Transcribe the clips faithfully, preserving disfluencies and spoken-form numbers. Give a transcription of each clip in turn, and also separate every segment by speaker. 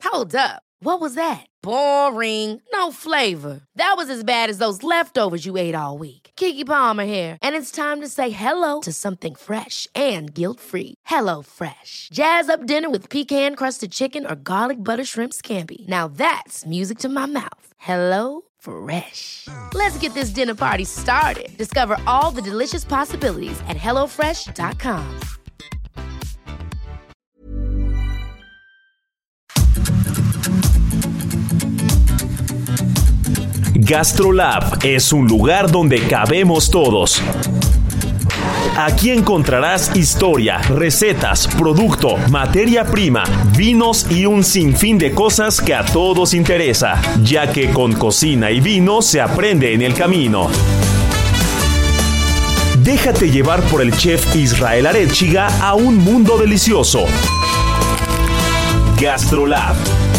Speaker 1: Hold up. What was that? Boring. No flavor. That was as bad as those leftovers you ate all week. Keke Palmer here, and it's time to say hello to something fresh and guilt-free. Hello Fresh. Jazz up dinner with pecan-crusted chicken or garlic butter shrimp scampi. Now that's music to my mouth. Hello Fresh. Let's get this dinner party started. Discover all the delicious possibilities at hello fresh dot com.
Speaker 2: GastroLab es un lugar donde cabemos todos. Aquí encontrarás historia, recetas, producto, materia prima, vinos y un sinfín de cosas que a todos interesa, ya que con cocina y vino se aprende en el camino. Déjate llevar por el chef Israel Arechiga a un mundo delicioso. GastroLab.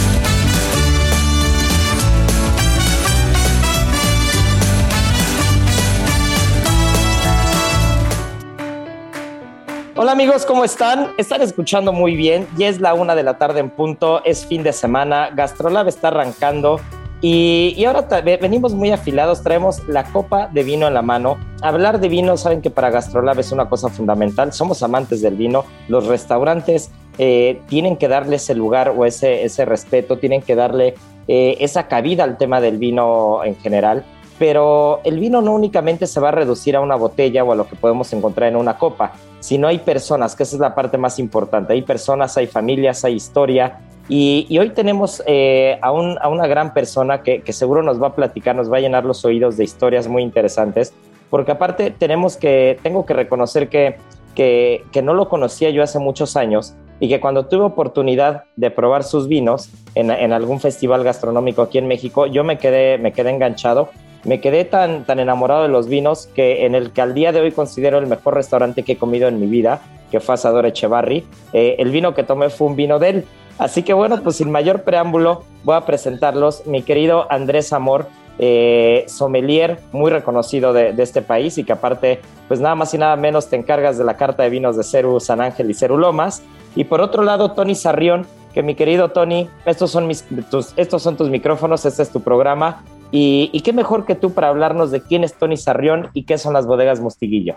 Speaker 3: Hola amigos, ¿cómo están? Están escuchando muy bien. Ya es la una de la tarde en punto, es fin de semana, GastroLab está arrancando y, y ahora ta- venimos muy afilados, traemos la copa de vino en la mano. Hablar de vino, saben que para GastroLab es una cosa fundamental, somos amantes del vino, los restaurantes eh, tienen que darle ese lugar o ese, ese respeto, tienen que darle eh, esa cabida al tema del vino en general. Pero el vino no únicamente se va a reducir a una botella o a lo que podemos encontrar en una copa, sino hay personas, que esa es la parte más importante. Hay personas, hay familias, hay historia. Y, y hoy tenemos eh, a, un, a una gran persona que, que seguro nos va a platicar, nos va a llenar los oídos de historias muy interesantes, porque aparte tenemos que, tengo que reconocer que, que, que no lo conocía yo hace muchos años y que cuando tuve oportunidad de probar sus vinos en, en algún festival gastronómico aquí en México, yo me quedé, me quedé enganchado. Me quedé tan, tan enamorado de los vinos que en el que al día de hoy considero el mejor restaurante que he comido en mi vida, que fue Asador Echevarri. Eh, el vino que tomé fue un vino de él. Así que bueno, pues sin mayor preámbulo voy a presentarlos. Mi querido Andrés Amor, eh, sommelier muy reconocido de, de este país y que aparte, pues nada más y nada menos te encargas de la carta de vinos de Ceru San Ángel y Ceru Lomas. Y por otro lado, Tony Sarrión, que mi querido Tony, estos son, mis, tus, estos son tus micrófonos, este es tu programa. Y, y qué mejor que tú para hablarnos de quién es Tony Sarrión y qué son las bodegas Mostiguillo.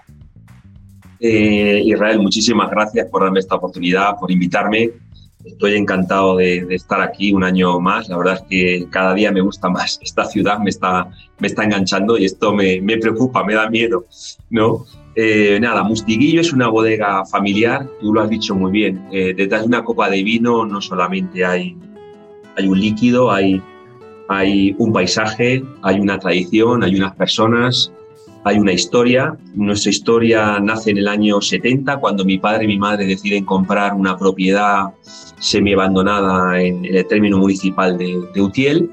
Speaker 4: Eh, Israel, muchísimas gracias por darme esta oportunidad, por invitarme. Estoy encantado de, de estar aquí un año más. La verdad es que cada día me gusta más. Esta ciudad me está, me está enganchando y esto me, me preocupa, me da miedo, ¿no? Eh, nada, Mostiguillo es una bodega familiar, tú lo has dicho muy bien. Eh, detrás de una copa de vino no solamente hay, hay un líquido, hay... Hay un paisaje, hay una tradición, hay unas personas, hay una historia. Nuestra historia nace en el año setenta, cuando mi padre y mi madre deciden comprar una propiedad semi-abandonada en, en el término municipal de, de Utiel,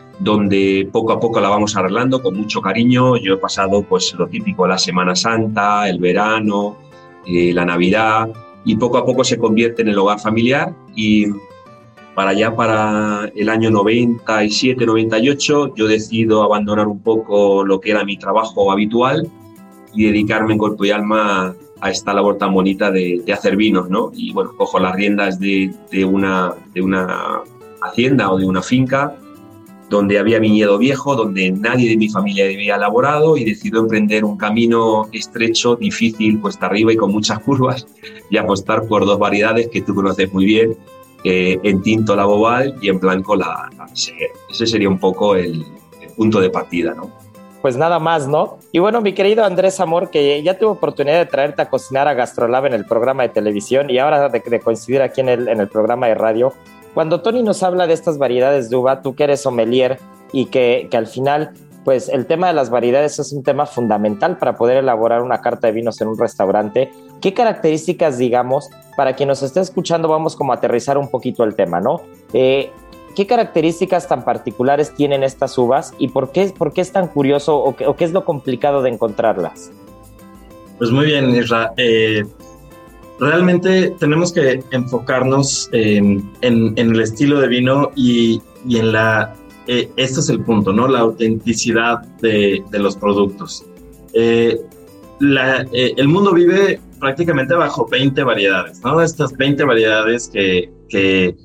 Speaker 4: donde poco a poco la vamos arreglando con mucho cariño. Yo he pasado pues lo típico, la Semana Santa, el verano, eh, la Navidad, y poco a poco se convierte en el hogar familiar. Y para allá, para el año noventa y siete noventa y ocho, yo decido abandonar un poco lo que era mi trabajo habitual y dedicarme en cuerpo y alma a esta labor tan bonita de, de hacer vinos, ¿no? Y bueno, cojo las riendas de, de, una, de una hacienda o de una finca donde había viñedo viejo, donde nadie de mi familia había elaborado, y decido emprender un camino estrecho, difícil, cuesta arriba y con muchas curvas, y apostar por dos variedades que tú conoces muy bien, Eh, en tinto la Bobal y en blanco la, la Meseguer. Ese sería un poco el, el punto de partida, ¿no?
Speaker 3: Pues nada más, ¿no? Y bueno, mi querido Andrés Amor, que ya tuve oportunidad de traerte a cocinar a GastroLab en el programa de televisión y ahora de, de coincidir aquí en el, en el programa de radio. Cuando Tony nos habla de estas variedades de uva, tú que eres sommelier y que, que al final, pues el tema de las variedades es un tema fundamental para poder elaborar una carta de vinos en un restaurante. ¿Qué características, digamos, para quien nos esté escuchando, vamos como a aterrizar un poquito el tema, ¿no? Eh, ¿Qué características tan particulares tienen estas uvas y por qué, por qué es tan curioso o qué, o qué es lo complicado de encontrarlas?
Speaker 5: Pues muy bien, Isra. Eh, realmente tenemos que enfocarnos en, en, en el estilo de vino y, y en la... Eh, este es el punto, ¿no? La autenticidad de, de los productos. Eh, la, eh, el mundo vive prácticamente bajo veinte variedades, ¿no? Estas veinte variedades que, que,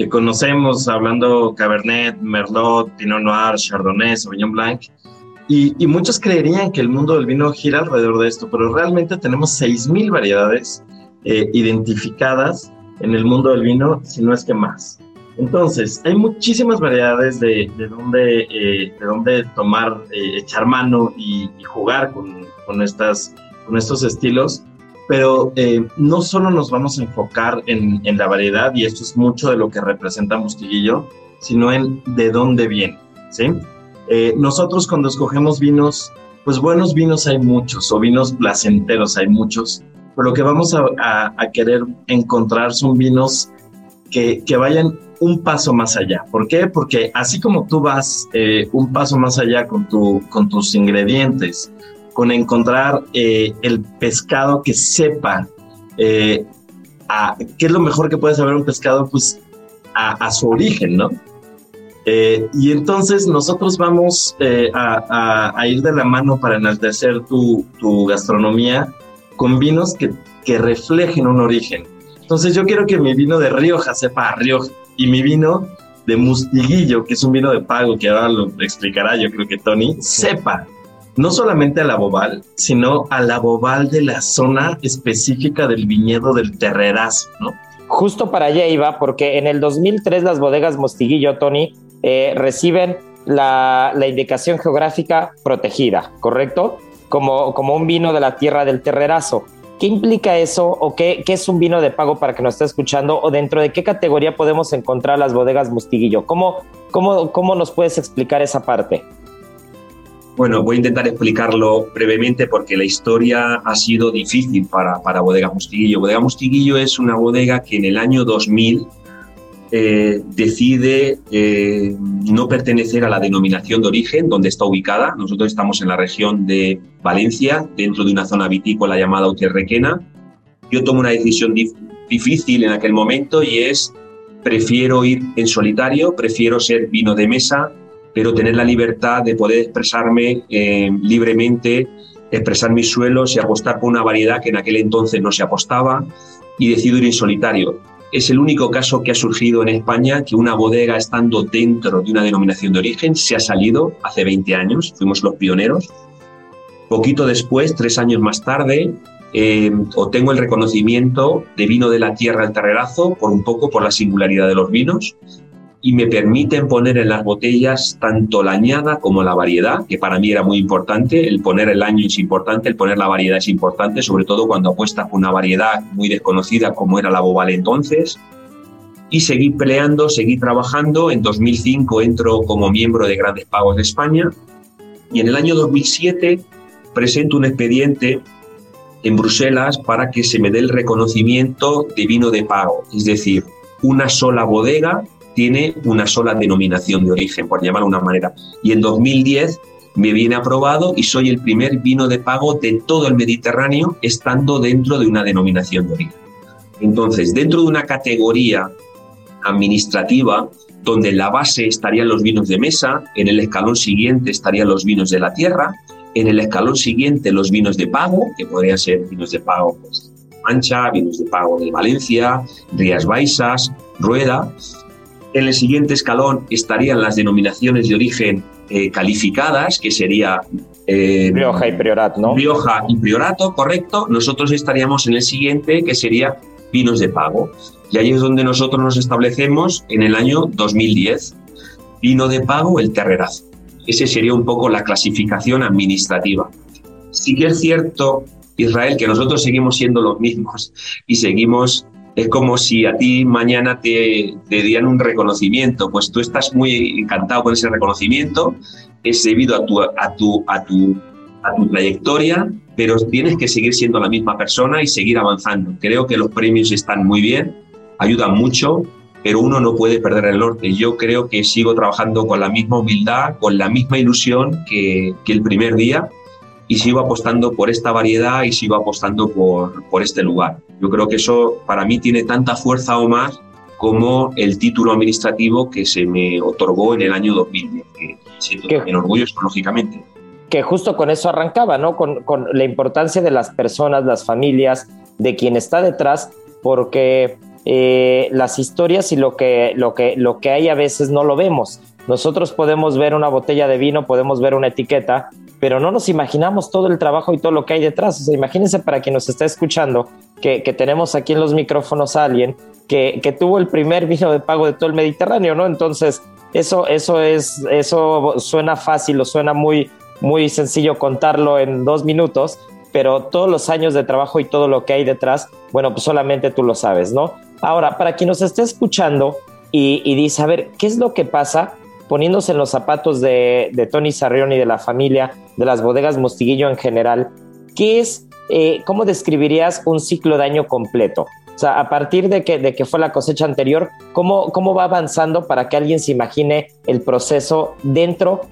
Speaker 5: que conocemos, hablando Cabernet, Merlot, Pinot Noir, Chardonnay, Sauvignon Blanc, y, y muchos creerían que el mundo del vino gira alrededor de esto, pero realmente tenemos seis mil variedades eh, identificadas en el mundo del vino, si no es que más. Entonces, hay muchísimas variedades de, de, dónde, eh, de dónde tomar, eh, echar mano y, y jugar con, con, estas, con estos estilos, pero eh, no solo nos vamos a enfocar en, en la variedad, y esto es mucho de lo que representa Mostiguillo, sino en de dónde viene, ¿sí? Eh, nosotros cuando escogemos vinos, pues buenos vinos hay muchos, o vinos placenteros hay muchos, pero lo que vamos a, a, a querer encontrar son vinos que, que vayan un paso más allá. ¿Por qué? Porque así como tú vas eh, un paso más allá con, tu, con tus ingredientes, con encontrar eh, el pescado que sepa, eh, a, ¿qué es lo mejor que puede saber un pescado? Pues a, a su origen, ¿no? Eh, y entonces nosotros vamos eh, a, a, a ir de la mano para enaltecer tu, tu gastronomía con vinos que, que reflejen un origen. Entonces yo quiero que mi vino de Rioja sepa a Rioja, y mi vino de Mostiguillo, que es un vino de pago, que ahora lo explicará yo creo que Tony, sepa no solamente a la Boval, sino a la Boval de la zona específica del viñedo del Terrerazo, ¿no?
Speaker 3: Justo para allá iba, porque en el dos mil tres las bodegas Mostiguillo, Tony, eh, reciben la, la indicación geográfica protegida, ¿correcto? Como, como un vino de la tierra del Terrerazo. ¿Qué implica eso o qué, qué es un vino de pago para que nos esté escuchando, o dentro de qué categoría podemos encontrar las bodegas Mostiguillo? ¿Cómo, cómo, cómo nos puedes explicar esa parte?
Speaker 4: Bueno, voy a intentar explicarlo brevemente porque la historia ha sido difícil para, para Bodega Mostiguillo. Bodega Mostiguillo es una bodega que en el año dos mil eh, decide eh, no pertenecer a la denominación de origen donde está ubicada. Nosotros estamos en la región de Valencia, dentro de una zona vitícola llamada Utierrequena. Yo tomo una decisión dif- difícil en aquel momento, y es, prefiero ir en solitario, prefiero ser vino de mesa, pero tener la libertad de poder expresarme eh, libremente, expresar mis suelos y apostar por una variedad que en aquel entonces no se apostaba, y decido ir en solitario. Es el único caso que ha surgido en España que una bodega, estando dentro de una denominación de origen, se ha salido hace veinte años, fuimos los pioneros. Poquito después, tres años más tarde, eh, obtengo el reconocimiento de vino de la tierra del Terrerazo, por un poco por la singularidad de los vinos, y me permiten poner en las botellas tanto la añada como la variedad, que para mí era muy importante. El poner el año es importante, el poner la variedad es importante, sobre todo cuando apuestas por una variedad muy desconocida como era la Boval entonces. Y seguí peleando, seguí trabajando. En dos mil cinco entro como miembro de Grandes Pagos de España, y en el año dos mil siete presento un expediente en Bruselas para que se me dé el reconocimiento de vino de pago, es decir, una sola bodega tiene una sola denominación de origen, por llamarlo de una manera. Y en dos mil diez me viene aprobado y soy el primer vino de pago de todo el Mediterráneo estando dentro de una denominación de origen. Entonces, dentro de una categoría administrativa donde en la base estarían los vinos de mesa, en el escalón siguiente estarían los vinos de la tierra, en el escalón siguiente los vinos de pago, que podrían ser vinos de pago pues, Mancha, vinos de pago de Valencia, Rías Baixas, Rueda. En el siguiente escalón estarían las denominaciones de origen eh, calificadas, que sería... Eh,
Speaker 3: Rioja y Priorat, ¿no?
Speaker 4: Rioja y Priorato, correcto. Nosotros estaríamos en el siguiente, que sería vinos de pago. Y ahí es donde nosotros nos establecemos en el año dos mil diez. Vino de pago, el Terrerazo. Esa sería un poco la clasificación administrativa. Sí que es cierto, Israel, que nosotros seguimos siendo los mismos y seguimos... Es como si a ti mañana te, te dieran un reconocimiento, pues tú estás muy encantado con ese reconocimiento, es debido a tu, a tu, a tu, a tu trayectoria, pero tienes que seguir siendo la misma persona y seguir avanzando. Creo que los premios están muy bien, ayudan mucho, pero uno no puede perder el norte. Yo creo que sigo trabajando con la misma humildad, con la misma ilusión que, que el primer día, y sigo apostando por esta variedad y sigo apostando por, por este lugar. Yo creo que eso para mí tiene tanta fuerza o más como el título administrativo que se me otorgó en el año dos mil diez, que siento también orgulloso, lógicamente.
Speaker 3: Que justo con eso arrancaba, ¿no? Con, con la importancia de las personas, las familias, de quien está detrás, porque eh, las historias y lo que, lo, que, lo que hay a veces no lo vemos. Nosotros podemos ver una botella de vino, podemos ver una etiqueta, pero no nos imaginamos todo el trabajo y todo lo que hay detrás. O sea, imagínense, para quien nos está escuchando, que, que tenemos aquí en los micrófonos a alguien que, que tuvo el primer vino de pago de todo el Mediterráneo, ¿no? Entonces, eso, eso, es, eso suena fácil o suena muy, muy sencillo contarlo en dos minutos, pero todos los años de trabajo y todo lo que hay detrás, bueno, pues solamente tú lo sabes, ¿no? Ahora, para quien nos esté escuchando y, y dice, a ver, ¿qué es lo que pasa? Poniéndose en los zapatos de, de Tony Sarrión y de la familia, de las bodegas Mostiguillo en general, ¿qué es, eh, cómo describirías un ciclo de año completo? O sea, a partir de que, de que fue la cosecha anterior, ¿cómo, cómo va avanzando para que alguien se imagine el proceso dentro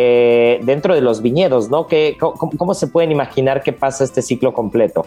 Speaker 3: de, dentro de los viñedos, ¿no? ¿Qué, cómo, ¿Cómo se pueden imaginar que pasa este ciclo completo?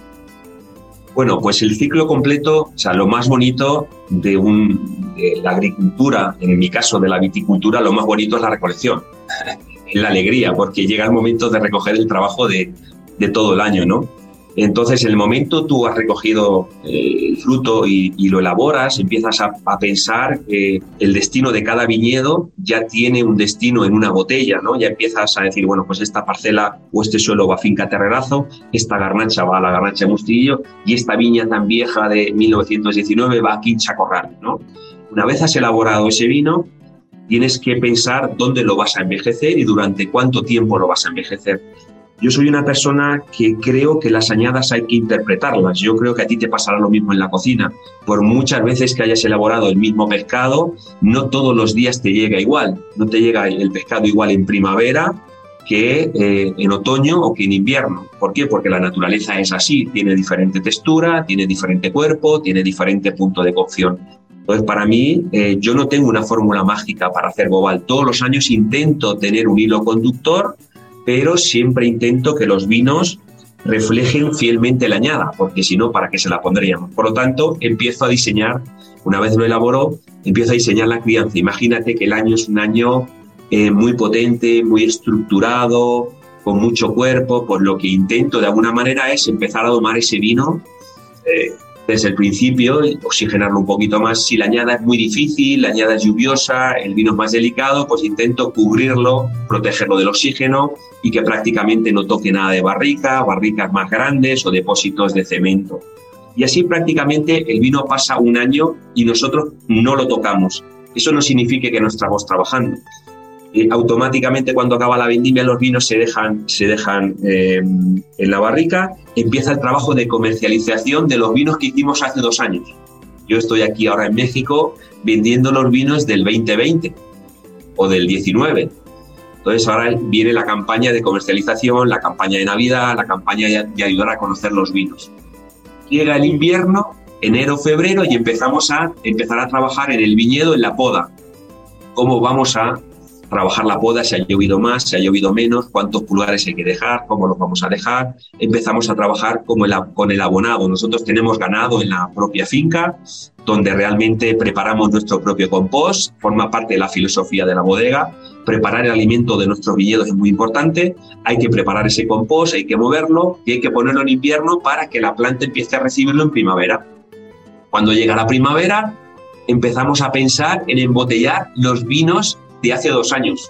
Speaker 4: Bueno, pues el ciclo completo, o sea, lo más bonito de, un, de la agricultura, en mi caso de la viticultura, lo más bonito es la recolección, es la alegría, porque llega el momento de recoger el trabajo de, de todo el año, ¿no? Entonces, en el momento tú has recogido eh, el fruto y, y lo elaboras, empiezas a, a pensar que el destino de cada viñedo ya tiene un destino en una botella, ¿no? Ya empiezas a decir, bueno, pues esta parcela o este suelo va a Finca Terrerazo, esta garnacha va a la garnacha de Mostiguillo y esta viña tan vieja de mil novecientos diecinueve va a Quincha Corral, ¿no? Una vez has elaborado ese vino, tienes que pensar dónde lo vas a envejecer y durante cuánto tiempo lo vas a envejecer. Yo soy una persona que creo que las añadas hay que interpretarlas. Yo creo que a ti te pasará lo mismo en la cocina. Por muchas veces que hayas elaborado el mismo pescado, no todos los días te llega igual. No te llega el pescado igual en primavera que eh, en otoño o que en invierno. ¿Por qué? Porque la naturaleza es así. Tiene diferente textura, tiene diferente cuerpo, tiene diferente punto de cocción. Entonces, para mí, eh, yo no tengo una fórmula mágica para hacer Bobal. Todos los años intento tener un hilo conductor, pero siempre intento que los vinos reflejen fielmente la añada, porque si no, ¿para qué se la pondríamos? Por lo tanto, empiezo a diseñar, una vez lo elaboro, empiezo a diseñar la crianza. Imagínate que el año es un año eh, muy potente, muy estructurado, con mucho cuerpo, pues lo que intento de alguna manera es empezar a domar ese vino eh, desde el principio, oxigenarlo un poquito más. Si la añada es muy difícil, la añada es lluviosa, el vino es más delicado, pues intento cubrirlo, protegerlo del oxígeno y que prácticamente no toque nada de barrica, barricas más grandes o depósitos de cemento. Y así prácticamente el vino pasa un año y nosotros no lo tocamos. Eso no significa que no estamos trabajando. Eh, automáticamente cuando acaba la vendimia los vinos se dejan, se dejan eh, en la barrica, empieza el trabajo de comercialización de los vinos que hicimos hace dos años. Yo estoy aquí ahora en México vendiendo los vinos del veinte veinte o del diecinueve. Entonces ahora viene la campaña de comercialización, la campaña de Navidad, la campaña de ayudar a conocer los vinos. Llega el invierno, enero, febrero, y empezamos a empezar a trabajar en el viñedo, en la poda. ¿Cómo vamos a trabajar la poda? Si ha llovido más, si ha llovido menos, cuántos pulgares hay que dejar, cómo los vamos a dejar. Empezamos a trabajar como el, con el abonado. Nosotros tenemos ganado en la propia finca, donde realmente preparamos nuestro propio compost, forma parte de la filosofía de la bodega. Preparar el alimento de nuestros viñedos es muy importante. Hay que preparar ese compost, hay que moverlo y hay que ponerlo en invierno para que la planta empiece a recibirlo en primavera. Cuando llega la primavera, empezamos a pensar en embotellar los vinos de hace dos años.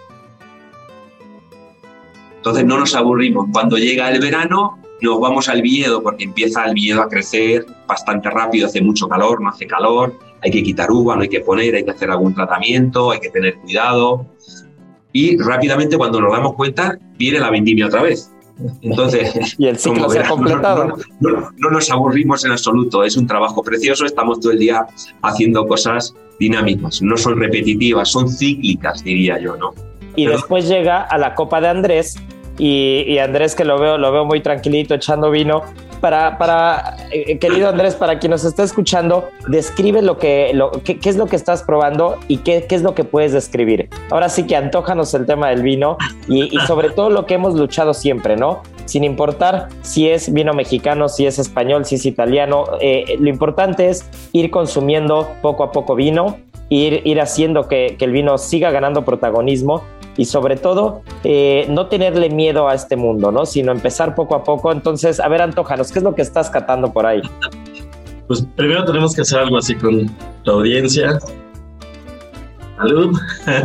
Speaker 4: Entonces no nos aburrimos. Cuando llega el verano, nos vamos al viñedo porque empieza el viñedo a crecer bastante rápido, hace mucho calor, no hace calor, hay que quitar uva, no hay que poner, hay que hacer algún tratamiento, hay que tener cuidado. Y rápidamente, cuando nos damos cuenta, viene la vendimia otra vez. Entonces,
Speaker 3: y el ciclo se ha completado.
Speaker 4: No, no, no, no nos aburrimos en absoluto, es un trabajo precioso, estamos todo el día haciendo cosas dinámicas, no son repetitivas, son cíclicas, diría yo, ¿no?
Speaker 3: Y Pero, después llega a la copa de Andrés, y, y Andrés, que lo veo, lo veo muy tranquilito echando vino. Para, para eh, querido Andrés, para quien nos está escuchando, describe lo que, lo, qué, qué es lo que estás probando y qué, qué es lo que puedes describir. Ahora sí que antójanos el tema del vino y, y sobre todo lo que hemos luchado siempre, ¿no? Sin importar si es vino mexicano, si es español, si es italiano, eh, lo importante es ir consumiendo poco a poco vino, ir, ir haciendo que, que el vino siga ganando protagonismo. Y sobre todo, eh, no tenerle miedo a este mundo, ¿no? Sino empezar poco a poco. Entonces, a ver, antójanos, ¿qué es lo que estás catando por ahí?
Speaker 5: Pues primero tenemos que hacer algo así con la audiencia. Salud.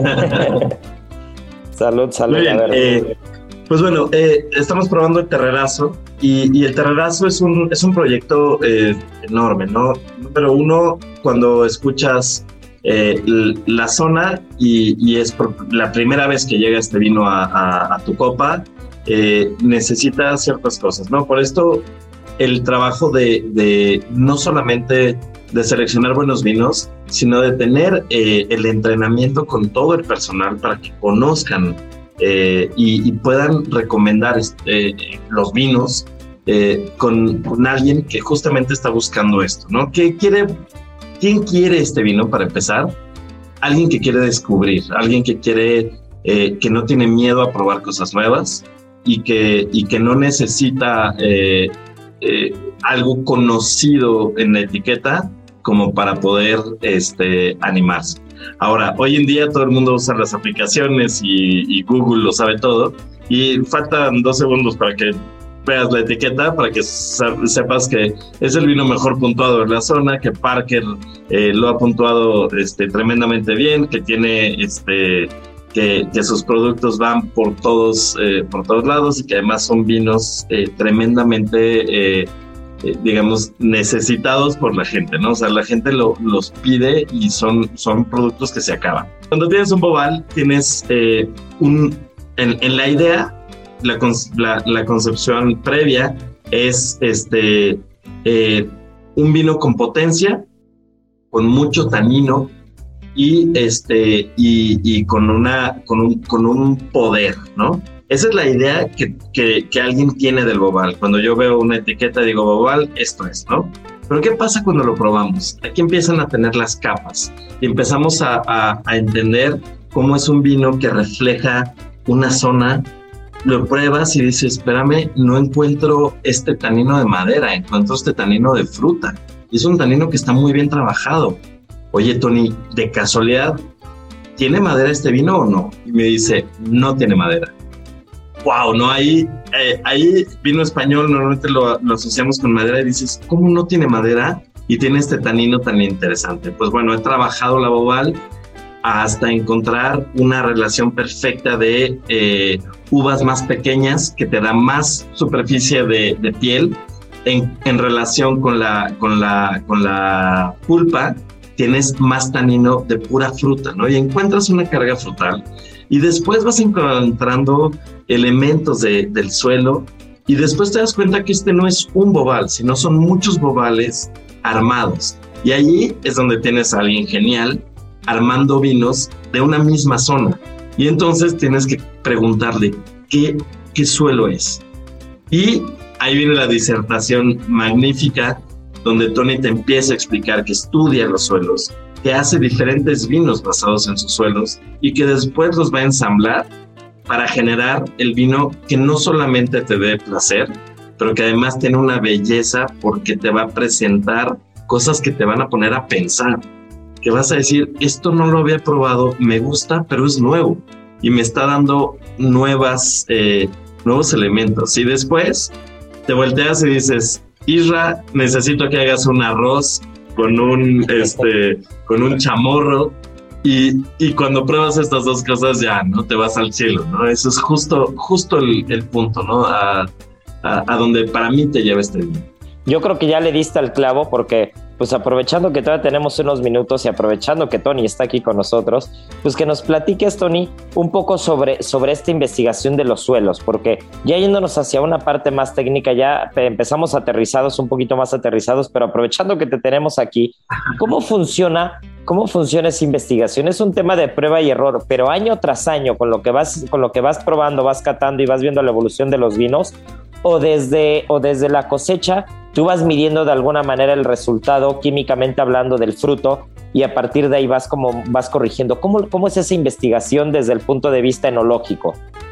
Speaker 3: Salud, salud.
Speaker 5: Muy bien,
Speaker 3: a ver.
Speaker 5: eh, pues bueno, eh, estamos probando el Terrerazo y, y el Terrerazo es un, es un proyecto eh, enorme, ¿no? Número uno, cuando escuchas eh, la zona y, y es por la primera vez que llega este vino a, a, a tu copa, eh, necesitas ciertas cosas, ¿no? Por esto el trabajo de, de no solamente de seleccionar buenos vinos, sino de tener eh, el entrenamiento con todo el personal para que conozcan eh, y, y puedan recomendar este, eh, los vinos eh, con, con alguien que justamente está buscando esto, ¿no? ¿Qué quiere, ¿Quién quiere este vino para empezar? Alguien que quiere descubrir, alguien que quiere, eh, que no tiene miedo a probar cosas nuevas y que, y que no necesita eh, eh, algo conocido en la etiqueta como para poder este, animarse. Ahora, hoy en día todo el mundo usa las aplicaciones y, y Google lo sabe todo y faltan dos segundos para que veas la etiqueta, para que sepas que es el vino mejor puntuado en la zona, que Parker eh, lo ha puntuado este, tremendamente bien, que tiene este, que, que sus productos van por todos, eh, por todos lados y que además son vinos eh, tremendamente eh, Eh, digamos, necesitados por la gente, ¿no? O sea, la gente lo, los pide y son, son productos que se acaban. Cuando tienes un Bobal, tienes eh, un... En, en la idea, la, la, la concepción previa es este, eh, un vino con potencia, con mucho tanino y, este, y, y con, una, con, un, con un poder, ¿no? Esa es la idea que, que, que alguien tiene del Bobal. Cuando yo veo una etiqueta digo Bobal, esto es, ¿no? Pero ¿qué pasa cuando lo probamos? Aquí empiezan a tener las capas y empezamos a, a, a entender cómo es un vino que refleja una zona. Lo pruebas y dices, espérame, no encuentro este tanino de madera, encuentro este tanino de fruta. Y es un tanino que está muy bien trabajado. Oye, Tony, de casualidad, ¿tiene madera este vino o no? Y me dice, no tiene madera. Wow, ¿no? Ahí, eh, ahí vino español, normalmente lo, lo asociamos con madera y dices, ¿cómo no tiene madera? Y tiene este tanino tan interesante. Pues bueno, he trabajado la Bobal hasta encontrar una relación perfecta de eh, uvas más pequeñas que te dan más superficie de, de piel en, en relación con la, con, la, con la pulpa, tienes más tanino de pura fruta, ¿no? Y encuentras una carga frutal. Y después vas encontrando elementos de, del suelo y después te das cuenta que este no es un Bobal, sino son muchos Bobales armados. Y allí es donde tienes a alguien genial armando vinos de una misma zona. Y entonces tienes que preguntarle qué, qué suelo es. Y ahí viene la disertación magnífica donde Tony te empieza a explicar que estudia los suelos, que hace diferentes vinos basados en sus suelos y que después los va a ensamblar para generar el vino que no solamente te dé placer, pero que además tiene una belleza porque te va a presentar cosas que te van a poner a pensar, que vas a decir, esto no lo había probado, me gusta, pero es nuevo y me está dando nuevas, eh, nuevos elementos. Y después te volteas y dices, Isra, necesito que hagas un arroz con un, este, con un chamorro y, y cuando pruebas estas dos cosas ya, ¿no? Te vas al cielo, ¿no? Eso es justo, justo el, el punto, ¿no? A, a, a donde para mí te lleva este vino.
Speaker 3: Yo creo que ya le diste al clavo porque, pues aprovechando que todavía tenemos unos minutos y aprovechando que Tony está aquí con nosotros, pues que nos platiques, Tony, un poco sobre, sobre esta investigación de los suelos, porque ya yéndonos hacia una parte más técnica, ya empezamos aterrizados, un poquito más aterrizados, pero aprovechando que te tenemos aquí, ¿cómo funciona? ¿Cómo funciona esa investigación? Es un tema de prueba y error, pero año tras año, con lo que vas, con lo que vas probando, vas catando y vas viendo la evolución de los vinos, o desde, o desde la cosecha, tú vas midiendo de alguna manera el resultado, químicamente hablando, del fruto, y a partir de ahí vas, como, vas corrigiendo. ¿Cómo, cómo es esa investigación desde el punto de vista enológico?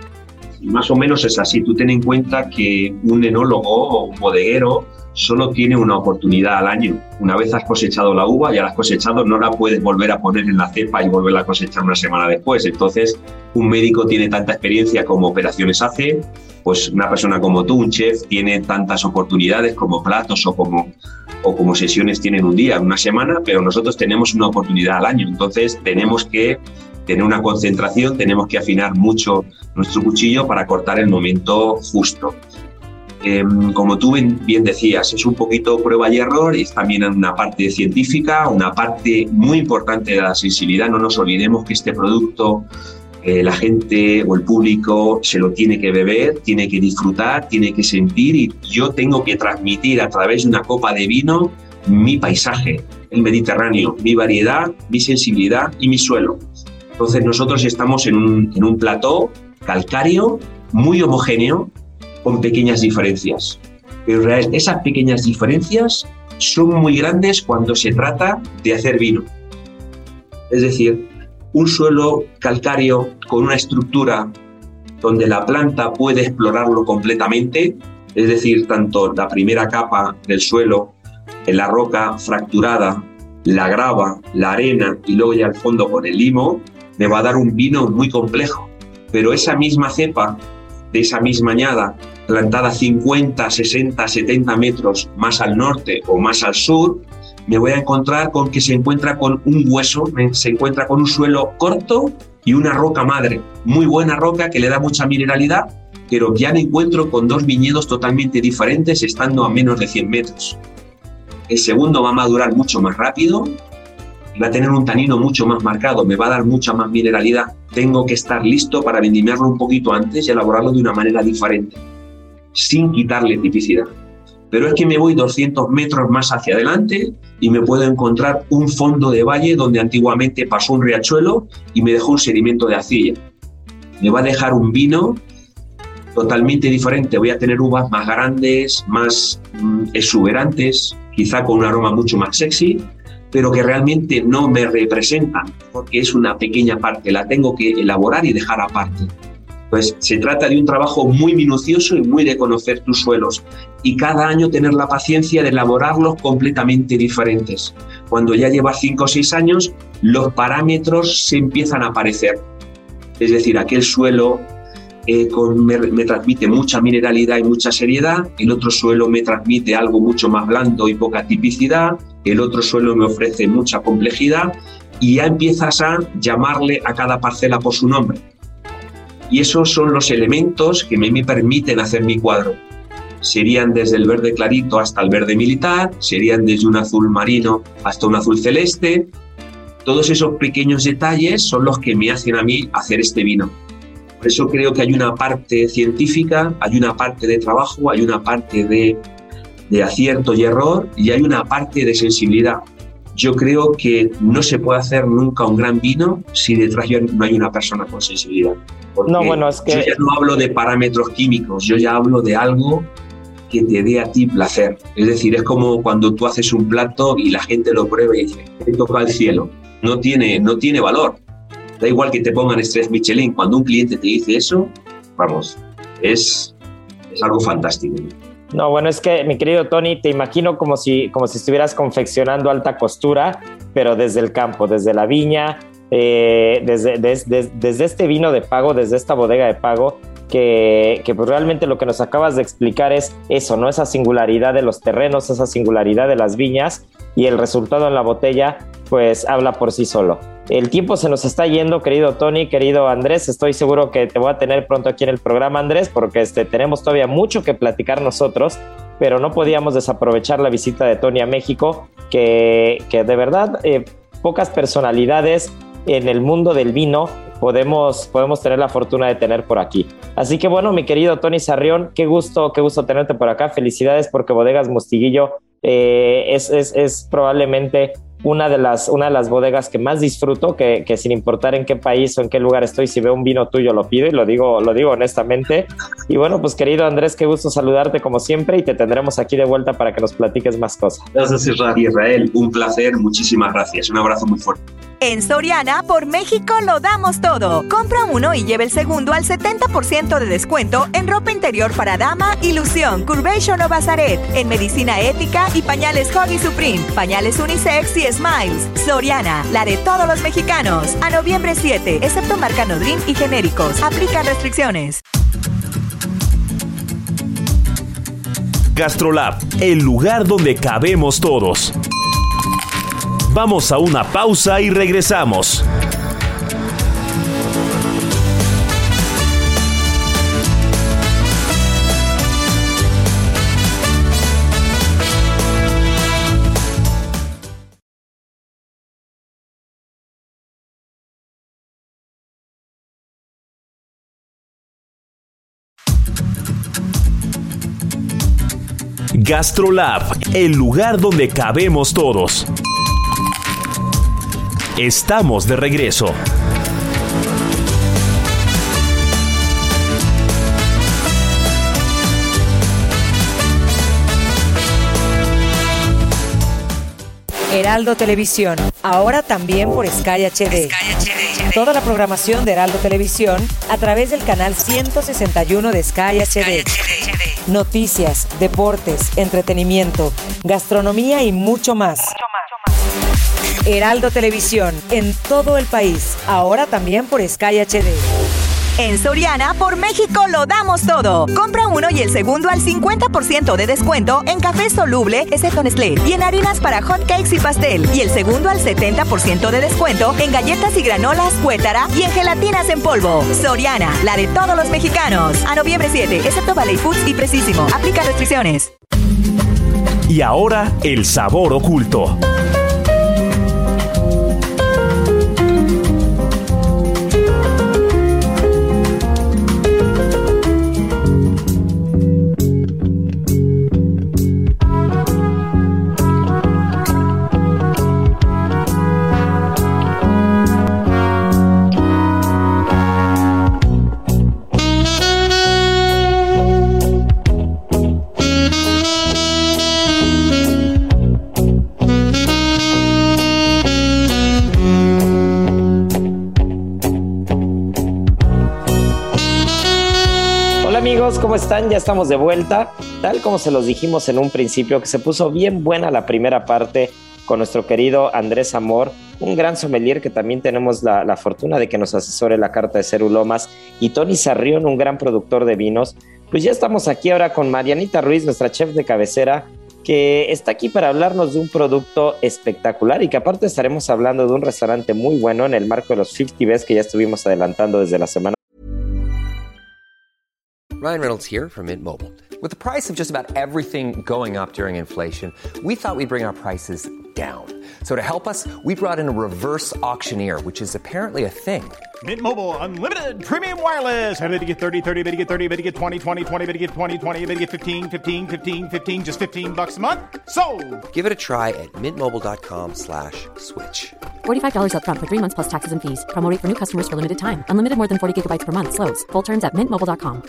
Speaker 4: Más o menos es así. Tú ten en cuenta que un enólogo o un bodeguero solo tiene una oportunidad al año. Una vez has cosechado la uva, ya la has cosechado, no la puedes volver a poner en la cepa y volverla a cosechar una semana después. Entonces, un médico tiene tanta experiencia como operaciones hace, pues una persona como tú, un chef, tiene tantas oportunidades como platos o como, o como sesiones tienen un día, una semana, pero nosotros tenemos una oportunidad al año. Entonces tenemos que tener una concentración, tenemos que afinar mucho nuestro cuchillo para cortar el momento justo. Eh, como tú bien decías, es un poquito prueba y error, es también una parte científica, una parte muy importante de la sensibilidad. No nos olvidemos que este producto eh, la gente o el público se lo tiene que beber, tiene que disfrutar, tiene que sentir, y yo tengo que transmitir a través de una copa de vino mi paisaje, el Mediterráneo, mi variedad, mi sensibilidad y mi suelo. Entonces nosotros estamos en un, en un plató calcáreo muy homogéneo, con pequeñas diferencias. Pero esas pequeñas diferencias son muy grandes cuando se trata de hacer vino. Es decir, un suelo calcáreo con una estructura donde la planta puede explorarlo completamente, es decir, tanto la primera capa del suelo, en la roca fracturada, la grava, la arena y luego ya al fondo con el limo, me va a dar un vino muy complejo. Pero esa misma cepa, de esa misma añada, plantada cincuenta, sesenta, setenta metros más al norte o más al sur, me voy a encontrar con que se encuentra con un hueso, se encuentra con un suelo corto y una roca madre, muy buena roca que le da mucha mineralidad, pero ya me encuentro con dos viñedos totalmente diferentes estando a menos de cien metros. El segundo va a madurar mucho más rápido, va a tener un tanino mucho más marcado, me va a dar mucha más mineralidad. Tengo que estar listo para vendimiarlo un poquito antes y elaborarlo de una manera diferente, sin quitarle tipicidad. Pero es que me voy doscientos metros más hacia adelante y me puedo encontrar un fondo de valle donde antiguamente pasó un riachuelo y me dejó un sedimento de arcilla. Me va a dejar un vino totalmente diferente. Voy a tener uvas más grandes, más mm, exuberantes, quizá con un aroma mucho más sexy, pero que realmente no me representan, porque es una pequeña parte, la tengo que elaborar y dejar aparte. Pues se trata de un trabajo muy minucioso y muy de conocer tus suelos, y cada año tener la paciencia de elaborarlos completamente diferentes. Cuando ya llevas cinco o seis años, los parámetros se empiezan a aparecer. Es decir, aquel suelo eh, con, me, me transmite mucha mineralidad y mucha seriedad, el otro suelo me transmite algo mucho más blando y poca tipicidad, el otro suelo me ofrece mucha complejidad, y ya empiezas a llamarle a cada parcela por su nombre. Y esos son los elementos que me, me permiten hacer mi cuadro. Serían desde el verde clarito hasta el verde militar, serían desde un azul marino hasta un azul celeste. Todos esos pequeños detalles son los que me hacen a mí hacer este vino. Por eso creo que hay una parte científica, hay una parte de trabajo, hay una parte de, de acierto y error, y hay una parte de sensibilidad. Yo creo que no se puede hacer nunca un gran vino si detrás no hay una persona con sensibilidad. Porque no, bueno, es que yo ya no hablo de parámetros químicos, yo ya hablo de algo que te dé a ti placer. Es decir, es como cuando tú haces un plato y la gente lo prueba y dice, he tocado el cielo. No tiene, no tiene valor. Da igual que te pongan estrés Michelin. Cuando un cliente te dice eso, vamos, es, es algo fantástico.
Speaker 3: No, bueno, es que, mi querido Tony, te imagino como si, como si estuvieras confeccionando alta costura, pero desde el campo, desde la viña, eh, desde, desde, desde este vino de Pago, desde esta bodega de Pago, que, que pues realmente lo que nos acabas de explicar es eso, ¿no? Esa singularidad de los terrenos, esa singularidad de las viñas, y el resultado en la botella, pues habla por sí solo. El tiempo se nos está yendo, querido Tony, querido Andrés. Estoy seguro que te voy a tener pronto aquí en el programa, Andrés, porque este, tenemos todavía mucho que platicar nosotros, pero no podíamos desaprovechar la visita de Tony a México, que, que de verdad eh, pocas personalidades en el mundo del vino podemos, podemos tener la fortuna de tener por aquí. Así que bueno, mi querido Tony Sarrión, qué gusto, qué gusto tenerte por acá. Felicidades, porque Bodegas Mostiguillo eh, es, es, es probablemente una de las, una de las bodegas que más disfruto, que, que sin importar en qué país o en qué lugar estoy, si veo un vino tuyo lo pido, y lo digo, lo digo honestamente. Y bueno, pues querido Andrés, qué gusto saludarte como siempre, y te tendremos aquí de vuelta para que nos platiques más cosas.
Speaker 4: Gracias, Israel. Israel, un placer, muchísimas gracias, un abrazo muy fuerte.
Speaker 6: En Soriana, por México lo damos todo. Compra uno y lleve el segundo al setenta por ciento de descuento en ropa interior para dama, Ilusión, Curvation o Bazaret, en medicina ética y pañales Huggy Supreme, pañales unisex y Smiles. Soriana, la de todos los mexicanos. A noviembre siete, excepto marca Nodrim y genéricos. Aplican restricciones.
Speaker 2: GastroLab, el lugar donde cabemos todos. Vamos a una pausa y regresamos. GastroLab, el lugar donde cabemos todos. Estamos de regreso.
Speaker 7: Heraldo Televisión, ahora también por Sky H D. Sky H D. Toda la programación de Heraldo Televisión a través del canal ciento sesenta y uno de Sky H D. Noticias, deportes, entretenimiento, gastronomía y mucho más. Heraldo Televisión, en todo el país, ahora también por Sky H D.
Speaker 6: En Soriana, por México lo damos todo. Compra uno y el segundo al cincuenta por ciento de descuento en café soluble, excepto Nestlé, y en harinas para hot cakes y pastel. Y el segundo al setenta por ciento de descuento en galletas y granolas, Cuétara y en gelatinas en polvo. Soriana, la de todos los mexicanos. A noviembre siete, excepto Valley Foods y Precisimo. Aplica restricciones.
Speaker 2: Y ahora, el sabor oculto.
Speaker 3: ¿Cómo están? Ya estamos de vuelta. Tal como se los dijimos en un principio, que se puso bien buena la primera parte con nuestro querido Andrés Amor, un gran sommelier que también tenemos la, la fortuna de que nos asesore la carta de Cerulomas, y Tony Sarrión, un gran productor de vinos. Pues ya estamos aquí ahora con Marianita Ruiz, nuestra chef de cabecera, que está aquí para hablarnos de un producto espectacular y que aparte estaremos hablando de un restaurante muy bueno en el marco de los cincuenta Best que ya estuvimos adelantando desde la semana.
Speaker 8: Ryan Reynolds here from Mint Mobile. With the price of just about everything going up during inflation, we thought we'd bring our prices down. So to help us, we brought in a reverse auctioneer, which is apparently a thing.
Speaker 9: Mint Mobile Unlimited Premium Wireless. How to get thirty, thirty, how to get thirty, how to get twenty, twenty, twenty, how to get twenty, twenty, how to get fifteen, fifteen, fifteen, fifteen, just fifteen bucks a month? Sold!
Speaker 8: Give it a try at mintmobile.com slash switch.
Speaker 10: forty-five dollars up front for three months plus taxes and fees. Promo rate for new customers for limited time. Unlimited more than forty gigabytes per month. Slows full terms at mint mobile dot com.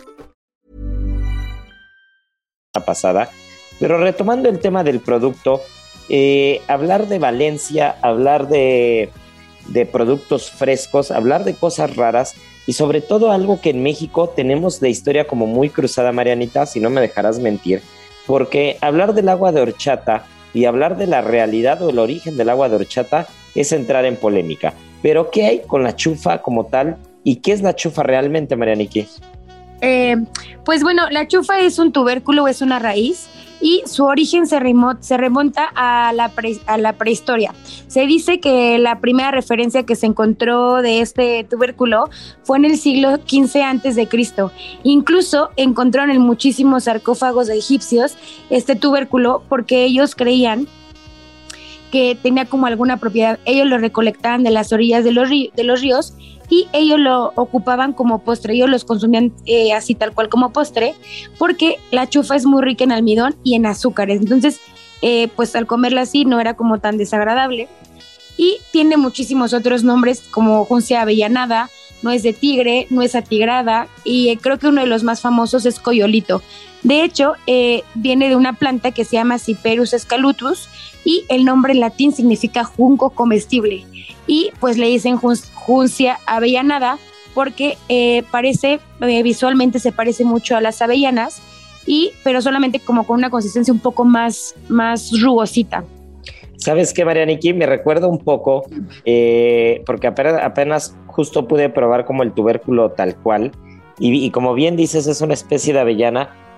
Speaker 3: Pasada, pero retomando el tema del producto, eh, hablar de Valencia, hablar de, de productos frescos, hablar de cosas raras y sobre todo algo que en México tenemos de historia como muy cruzada, Marianita, si no me dejarás mentir, porque hablar del agua de horchata y hablar de la realidad o el origen del agua de horchata es entrar en polémica. Pero ¿qué hay con la chufa como tal y qué es la chufa realmente, Marianiqui?
Speaker 11: Eh, pues bueno, la chufa es un tubérculo, es una raíz y su origen se, remo- se remonta a la, pre- a la prehistoria. Se dice que la primera referencia que se encontró de este tubérculo fue en el siglo quince antes de Cristo. Incluso encontraron en muchísimos sarcófagos de egipcios este tubérculo porque ellos creían que tenía como alguna propiedad. Ellos lo recolectaban de las orillas de los, rí- de los ríos y ellos lo ocupaban como postre, ellos los consumían eh, así tal cual como postre, porque la chufa es muy rica en almidón y en azúcares, entonces eh, pues al comerla así no era como tan desagradable, y tiene muchísimos otros nombres como juncia avellanada, nuez de tigre, nuez atigrada, y eh, creo que uno de los más famosos es coyolito. De hecho, eh, viene de una planta que se llama Cyperus escalutus y el nombre en latín significa junco comestible. Y pues le dicen jun- juncia avellanada porque eh, parece, eh, visualmente se parece mucho a las avellanas, y, pero solamente como con una consistencia un poco más, más rugosita.
Speaker 3: ¿Sabes qué, Marianiqui? Me recuerda un poco, eh, porque apenas, apenas justo pude probar como el tubérculo tal cual, y, y como bien dices, es una especie de avellana,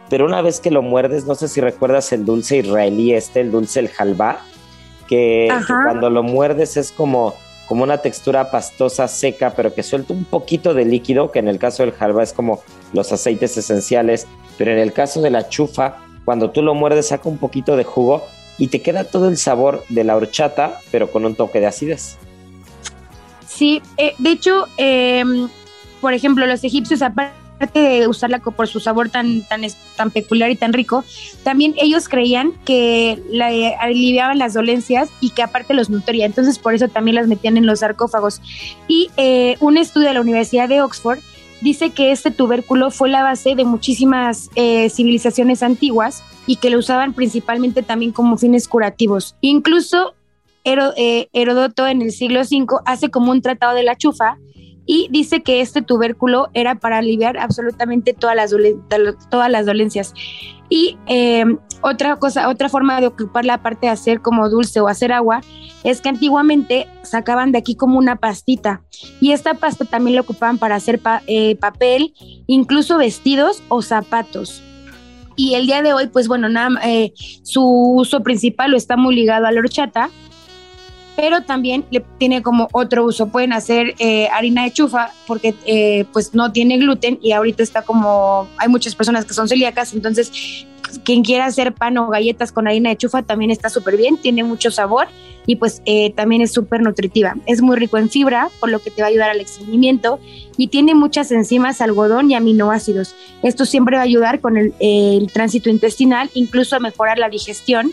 Speaker 3: pero una vez que lo muerdes, no sé si recuerdas el dulce israelí este, el dulce el halvá, que, que cuando lo muerdes es como, como una textura pastosa, seca, pero que suelta un poquito de líquido, que en el caso del halvá es como los aceites esenciales, pero en el caso de la chufa, cuando tú lo muerdes saca un poquito de jugo y te queda todo el sabor de la horchata, pero con un toque de acidez.
Speaker 11: Sí, eh, de hecho, eh, por ejemplo, los egipcios, aparte de usarla por su sabor tan, tan, tan peculiar y tan rico, también ellos creían que la, eh, aliviaban las dolencias y que aparte los nutría, entonces por eso también las metían en los sarcófagos. Y eh, un estudio de la Universidad de Oxford dice que este tubérculo fue la base de muchísimas eh, civilizaciones antiguas y que lo usaban principalmente también como fines curativos. Incluso Hero, eh, Heródoto en el siglo cinco hace como un tratado de la chufa y dice que este tubérculo era para aliviar absolutamente todas las, dolen- todas las dolencias. Y eh, otra cosa, otra forma de ocuparla, aparte de hacer como dulce o hacer agua, es que antiguamente sacaban de aquí como una pastita y esta pasta también la ocupaban para hacer pa- eh, papel, incluso vestidos o zapatos. Y el día de hoy, pues bueno, nada, eh, su uso principal está muy ligado a la horchata, pero también le tiene como otro uso. Pueden hacer eh, harina de chufa porque eh, pues no tiene gluten y ahorita está como, hay muchas personas que son celíacas, entonces quien quiera hacer pan o galletas con harina de chufa también está súper bien, tiene mucho sabor y pues eh, también es súper nutritiva. Es muy rico en fibra, por lo que te va a ayudar al estreñimiento y tiene muchas enzimas, algodón y aminoácidos. Esto siempre va a ayudar con el, eh, el tránsito intestinal, incluso a mejorar la digestión.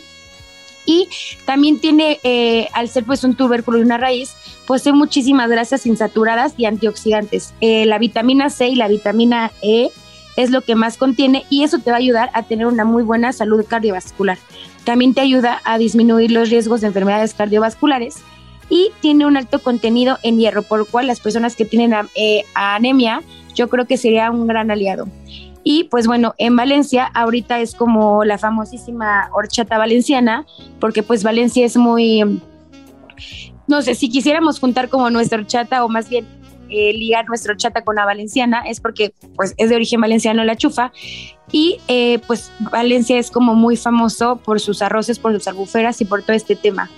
Speaker 11: Y también tiene, eh, al ser pues un tubérculo y una raíz, posee muchísimas grasas insaturadas y antioxidantes. Eh, la vitamina C y la vitamina E es lo que más contiene y eso te va a ayudar a tener una muy buena salud cardiovascular. También te ayuda a disminuir los riesgos de enfermedades cardiovasculares y tiene un alto contenido en hierro, por lo cual las personas que tienen eh, anemia, yo creo que sería un gran aliado. Y pues bueno, en Valencia ahorita es como la famosísima horchata valenciana, porque pues Valencia es muy, no sé, si quisiéramos juntar como nuestra horchata o más bien eh, ligar nuestra horchata con la valenciana, es porque pues es de origen valenciano la chufa y eh, pues Valencia es como muy famoso por sus arroces, por sus albuferas y por todo este tema.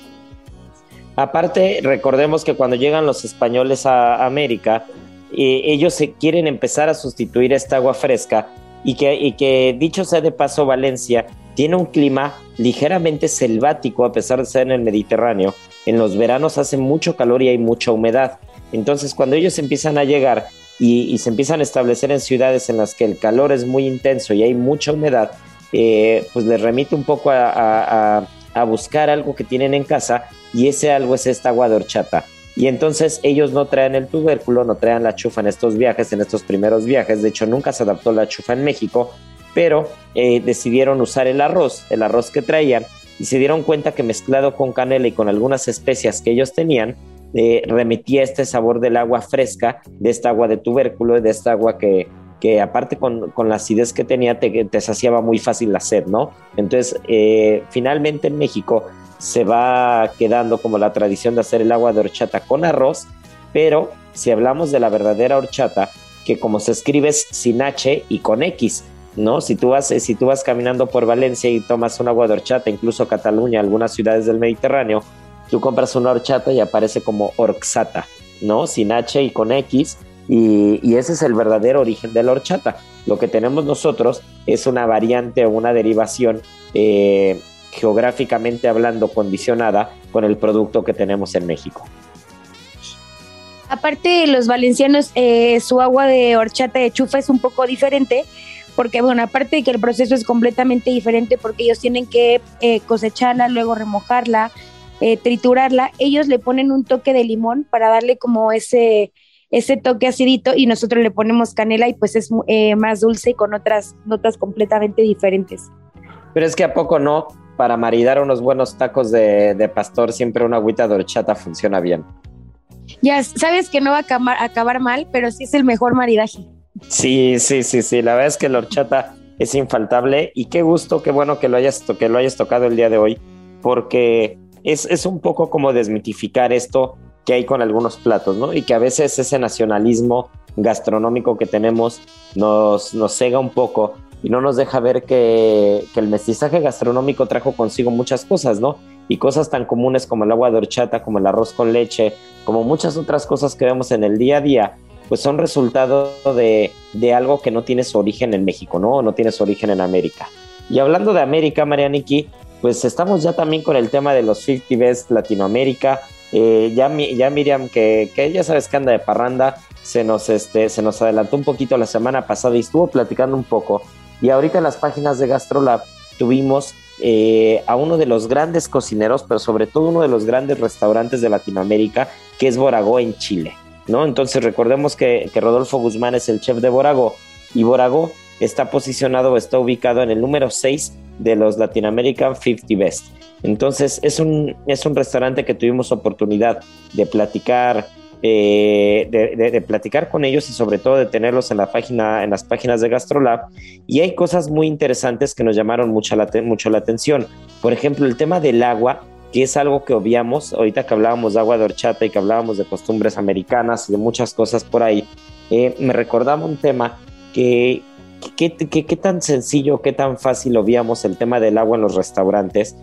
Speaker 3: Aparte, recordemos que cuando llegan los españoles a América, Eh, ellos se quieren empezar a sustituir esta agua fresca y que, y que dicho sea de paso, Valencia tiene un clima ligeramente selvático a pesar de estar en el Mediterráneo. En los veranos hace mucho calor y hay mucha humedad, entonces cuando ellos empiezan a llegar y, y se empiezan a establecer en ciudades en las que el calor es muy intenso y hay mucha humedad, eh, pues les remite un poco a, a, a, a buscar algo que tienen en casa y ese algo es esta agua de horchata. Y entonces ellos no traen el tubérculo, no traen la chufa en estos viajes, en estos primeros viajes. De hecho, nunca se adaptó la chufa en México, pero eh, decidieron usar el arroz, el arroz que traían, y se dieron cuenta que mezclado con canela y con algunas especias que ellos tenían, eh, remitía este sabor del agua fresca, de esta agua de tubérculo, de esta agua que, que aparte con, con la acidez que tenía, te, te saciaba muy fácil la sed, ¿no? Entonces, eh, finalmente en México se va quedando como la tradición de hacer el agua de horchata con arroz, pero si hablamos de la verdadera horchata, que como se escribe es sin H y con X, ¿no? Si tú vas, si tú vas caminando por Valencia y tomas un agua de horchata, incluso Cataluña, algunas ciudades del Mediterráneo, tú compras una horchata y aparece como horxata, ¿no? Sin H y con X, y, y ese es el verdadero origen de la horchata. Lo que tenemos nosotros es una variante o una derivación eh, geográficamente hablando condicionada con el producto que tenemos en México.
Speaker 11: Aparte, los valencianos, eh, su agua de horchata de chufa es un poco diferente, porque bueno, aparte de que el proceso es completamente diferente, porque ellos tienen que eh, cosecharla, luego remojarla, eh, triturarla, ellos le ponen un toque de limón para darle como ese, ese toque acidito y nosotros le ponemos canela y pues es eh, más dulce y con otras notas completamente diferentes.
Speaker 3: Pero es que ¿a poco no? Para maridar unos buenos tacos de, de pastor, siempre una agüita de horchata funciona bien.
Speaker 11: Ya sabes que no va a acabar, acabar mal, pero sí es el mejor maridaje.
Speaker 3: Sí, sí, sí, sí. La verdad es que la horchata es infaltable y qué gusto, qué bueno que lo hayas, to- que lo hayas tocado el día de hoy, porque es, es un poco como desmitificar esto que hay con algunos platos, ¿no? Y que a veces ese nacionalismo gastronómico que tenemos nos, nos cega un poco. y no nos deja ver que, que el mestizaje gastronómico trajo consigo muchas cosas, ¿no? Y cosas tan comunes como el agua de horchata, como el arroz con leche, como muchas otras cosas que vemos en el día a día, pues son resultado de, de algo que no tiene su origen en México, ¿no? No tiene su origen en América. Y hablando de América, Marianiki, pues estamos ya también con el tema de los cincuenta Best Latinoamérica. Eh, ya, ya Miriam, que, que ya sabes que anda de parranda, se nos, este, se nos adelantó un poquito la semana pasada y estuvo platicando un poco. Y ahorita en las páginas de GastroLab tuvimos eh, a uno de los grandes cocineros, pero sobre todo uno de los grandes restaurantes de Latinoamérica, que es Boragó en Chile, ¿no? Entonces recordemos que, que Rodolfo Guzmán es el chef de Boragó, y Boragó está posicionado o está ubicado en el número seis de los Latin American cincuenta Best. Entonces es un, es un restaurante que tuvimos oportunidad de platicar, eh, de, de, de platicar con ellos y sobre todo de tenerlos en la página, en las páginas de GastroLab, y hay cosas muy interesantes que nos llamaron mucho la, mucho la atención. Por ejemplo, el tema del agua, que es algo que obviamos ahorita que hablábamos de agua de horchata y que hablábamos de costumbres americanas y de muchas cosas por ahí. Eh, me recordaba un tema que qué tan sencillo, qué tan fácil obviamos el tema del agua en los restaurantes,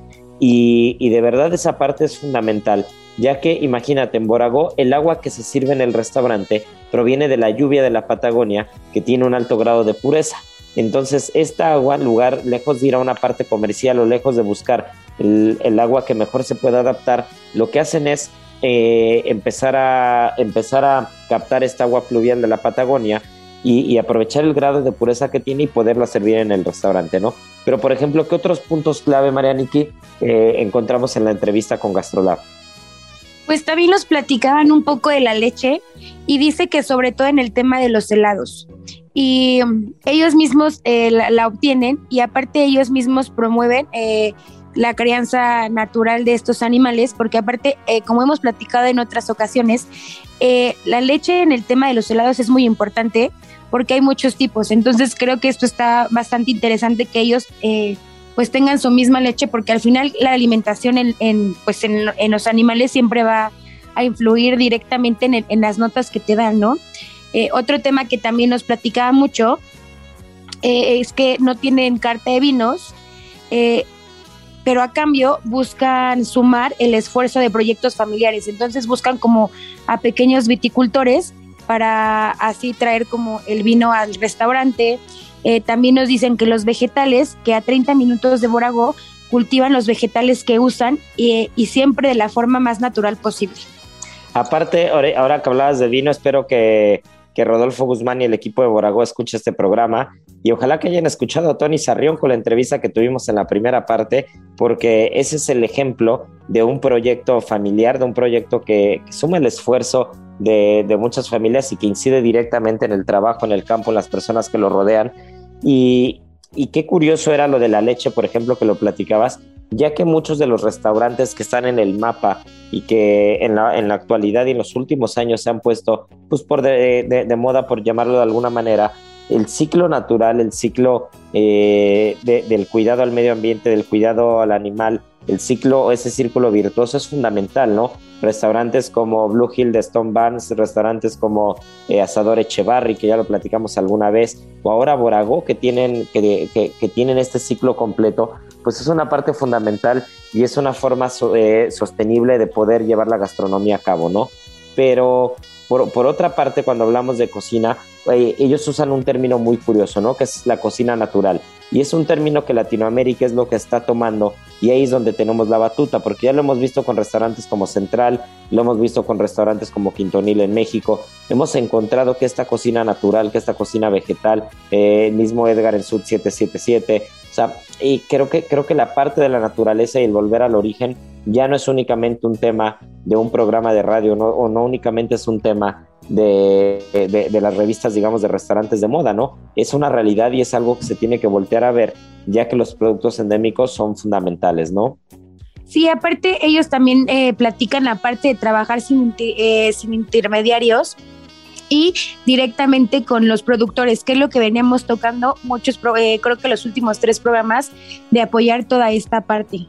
Speaker 3: y, y de verdad esa parte es fundamental, ya que imagínate, en Boragó el agua que se sirve en el restaurante proviene de la lluvia de la Patagonia, que tiene un alto grado de pureza. Entonces esta agua, en lugar, lejos de ir a una parte comercial o lejos de buscar el, el agua que mejor se pueda adaptar, lo que hacen es eh, empezar, a, empezar a captar esta agua fluvial de la Patagonia y, y aprovechar el grado de pureza que tiene y poderla servir en el restaurante, ¿no? Pero, por ejemplo, ¿qué otros puntos clave, Marianiki, eh, encontramos en la entrevista con GastroLab?
Speaker 11: Pues también nos platicaban un poco de la leche, y dice que sobre todo en el tema de los helados. Y um, ellos mismos eh, la, la obtienen, y aparte ellos mismos promueven eh, la crianza natural de estos animales, porque aparte, eh, como hemos platicado en otras ocasiones, eh, la leche en el tema de los helados es muy importante porque hay muchos tipos. Entonces creo que esto está bastante interesante, que ellos eh, pues tengan su misma leche, porque al final la alimentación en, en, pues en, en los animales siempre va a influir directamente en, el, en las notas que te dan, ¿no? Eh, otro tema que también nos platicaba mucho eh, es que no tienen carta de vinos, eh, pero a cambio buscan sumar el esfuerzo de proyectos familiares. Entonces buscan como a pequeños viticultores para así traer como el vino al restaurante. Eh, también nos dicen que los vegetales, que a treinta minutos de Boragó cultivan los vegetales que usan, y, y siempre de la forma más natural posible.
Speaker 3: Aparte, ahora que hablabas de vino, espero que, que Rodolfo Guzmán y el equipo de Boragó escuchen este programa, y ojalá que hayan escuchado a Tony Sarrión con la entrevista que tuvimos en la primera parte, porque ese es el ejemplo de un proyecto familiar, de un proyecto que, que suma el esfuerzo de, de muchas familias y que incide directamente en el trabajo, en el campo, en las personas que lo rodean. Y, y qué curioso era lo de la leche, por ejemplo, que lo platicabas, ya que muchos de los restaurantes que están en el mapa y que en la, en la actualidad y en los últimos años se han puesto pues por de, de, de moda, por llamarlo de alguna manera, el ciclo natural, el ciclo eh, de, del cuidado al medio ambiente, del cuidado al animal, el ciclo, ese círculo virtuoso es fundamental, ¿no? Restaurantes como Blue Hill de Stone Barns, restaurantes como eh, Asador Echevarri, que ya lo platicamos alguna vez, o ahora Boragó, que tienen, que, que, que tienen este ciclo completo, pues es una parte fundamental y es una forma so, eh, sostenible de poder llevar la gastronomía a cabo, ¿no? Pero por, por otra parte, cuando hablamos de cocina, eh, ellos usan un término muy curioso, ¿no? Que es la cocina natural. Y es un término que Latinoamérica es lo que está tomando, y ahí es donde tenemos la batuta, porque ya lo hemos visto con restaurantes como Central, lo hemos visto con restaurantes como Quintonil en México. Hemos encontrado que esta cocina natural, que esta cocina vegetal, eh, el mismo Edgar en Sud siete siete siete, o sea, y creo que, creo que la parte de la naturaleza y el volver al origen ya no es únicamente un tema de un programa de radio, ¿no? O no únicamente es un tema de, de, de las revistas, digamos, de restaurantes de moda, ¿no? Es una realidad y es algo que se tiene que voltear a ver, ya que los productos endémicos son fundamentales, ¿no?
Speaker 11: Sí, aparte ellos también eh, platican la parte de trabajar sin, eh, sin intermediarios y directamente con los productores, que es lo que veníamos tocando muchos, eh, creo que los últimos tres programas, de apoyar toda esta parte.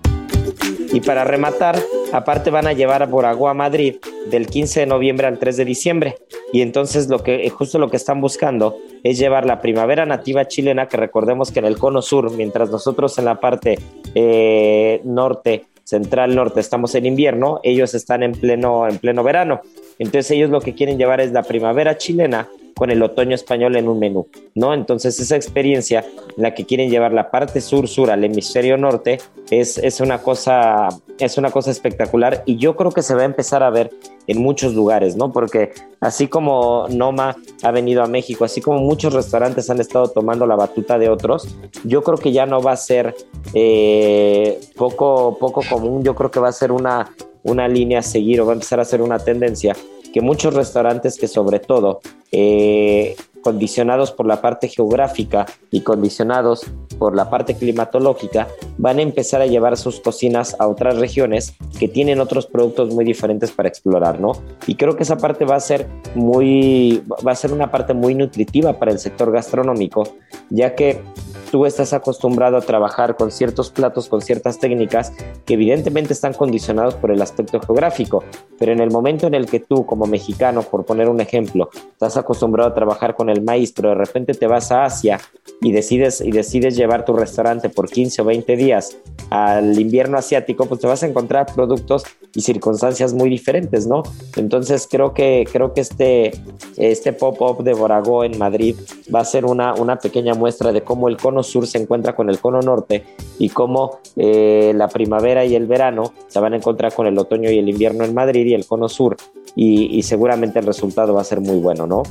Speaker 3: Y para rematar, aparte van a llevar a Boragó a Madrid del quince de noviembre al tres de diciembre. y entonces lo que, justo lo que están buscando es llevar la primavera nativa chilena, que recordemos que en el cono sur, mientras nosotros en la parte eh, norte, central norte, estamos en invierno, ellos están en pleno, en pleno verano. Entonces ellos lo que quieren llevar es la primavera chilena con el otoño español en un menú, ¿no? Entonces esa experiencia en la que quieren llevar la parte sur-sur al hemisferio norte es, es, una cosa, es una cosa espectacular, y yo creo que se va a empezar a ver en muchos lugares, ¿no? Porque así como Noma ha venido a México, así como muchos restaurantes han estado tomando la batuta de otros, yo creo que ya no va a ser eh, poco, poco común. Yo creo que va a ser una, una línea a seguir, o va a empezar a ser una tendencia, que muchos restaurantes que sobre todo eh, condicionados por la parte geográfica y condicionados por la parte climatológica, van a empezar a llevar sus cocinas a otras regiones que tienen otros productos muy diferentes para explorar, ¿no? Y creo que esa parte va a ser muy, va a ser una parte muy nutritiva para el sector gastronómico, ya que tú estás acostumbrado a trabajar con ciertos platos, con ciertas técnicas que evidentemente están condicionados por el aspecto geográfico, pero en el momento en el que tú como mexicano, por poner un ejemplo, estás acostumbrado a trabajar con el maíz, pero de repente te vas a Asia y decides, y decides llevar tu restaurante por quince o veinte días al invierno asiático, pues te vas a encontrar productos y circunstancias muy diferentes, ¿no? Entonces creo que, creo que este, este pop-up de Boragó en Madrid va a ser una, una pequeña muestra de cómo el cono sur se encuentra con el cono norte y cómo eh, la primavera y el verano se van a encontrar con el otoño y el invierno en Madrid y el cono sur, y, y seguramente el resultado va a ser muy bueno, ¿no?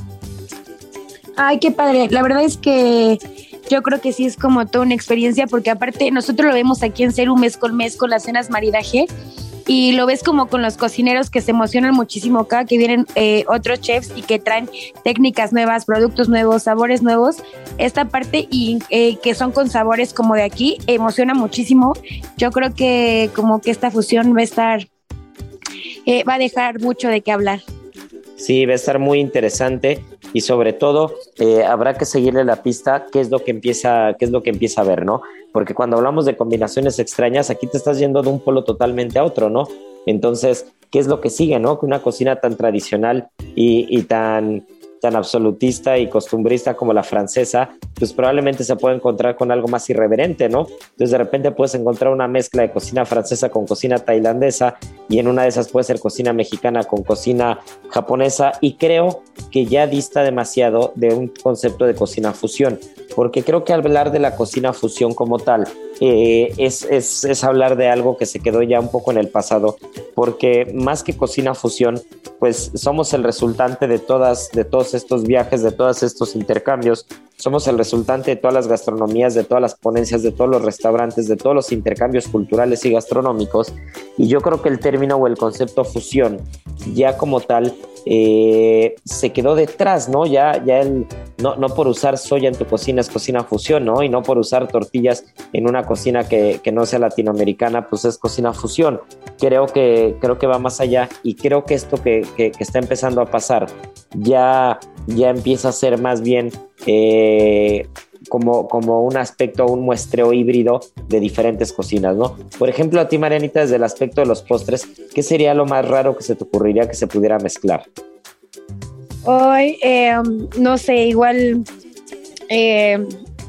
Speaker 11: Ay, qué padre. La verdad es que yo creo que sí es como toda una experiencia, porque aparte nosotros lo vemos aquí en Ceru mes con mes con las cenas maridaje, y lo ves como con los cocineros que se emocionan muchísimo cada que vienen eh, otros chefs y que traen técnicas nuevas, productos nuevos, sabores nuevos. Esta parte y eh, que son con sabores como de aquí, emociona muchísimo. Yo creo que como que esta fusión va a estar, eh, va a dejar mucho de qué hablar.
Speaker 3: Sí, va a estar muy interesante, y sobre todo eh, habrá que seguirle la pista qué es lo que empieza, qué es lo que empieza a ver, ¿no? Porque cuando hablamos de combinaciones extrañas, aquí te estás yendo de un polo totalmente a otro, ¿no? Entonces, ¿qué es lo que sigue, no? Que una cocina tan tradicional y, y tan, tan absolutista y costumbrista como la francesa, pues probablemente se puede encontrar con algo más irreverente, ¿no? Entonces de repente puedes encontrar una mezcla de cocina francesa con cocina tailandesa, y en una de esas puede ser cocina mexicana con cocina japonesa, y creo que ya dista demasiado de un concepto de cocina fusión, porque creo que al hablar de la cocina fusión como tal eh, es, es, es hablar de algo que se quedó ya un poco en el pasado, porque más que cocina fusión, pues somos el resultante de todas, de todos estos viajes, de todos estos intercambios. Somos el resultante de todas las gastronomías, de todas las ponencias, de todos los restaurantes, de todos los intercambios culturales y gastronómicos, y yo creo que el término o el concepto fusión ya como tal eh, se quedó detrás, ¿no? Ya, ya el, no, no por usar soya en tu cocina es cocina fusión, ¿no? Y no por usar tortillas en una cocina que, que no sea latinoamericana, pues es cocina fusión. Creo que, creo que va más allá, y creo que esto que, que, que está empezando a pasar ya, ya empieza a ser más bien eh, como, como un aspecto, un muestreo híbrido de diferentes cocinas, ¿no? Por ejemplo, a ti, Marianita, desde el aspecto de los postres, ¿qué sería lo más raro que se te ocurriría que se pudiera mezclar?
Speaker 11: Hoy, eh, no sé, igual eh,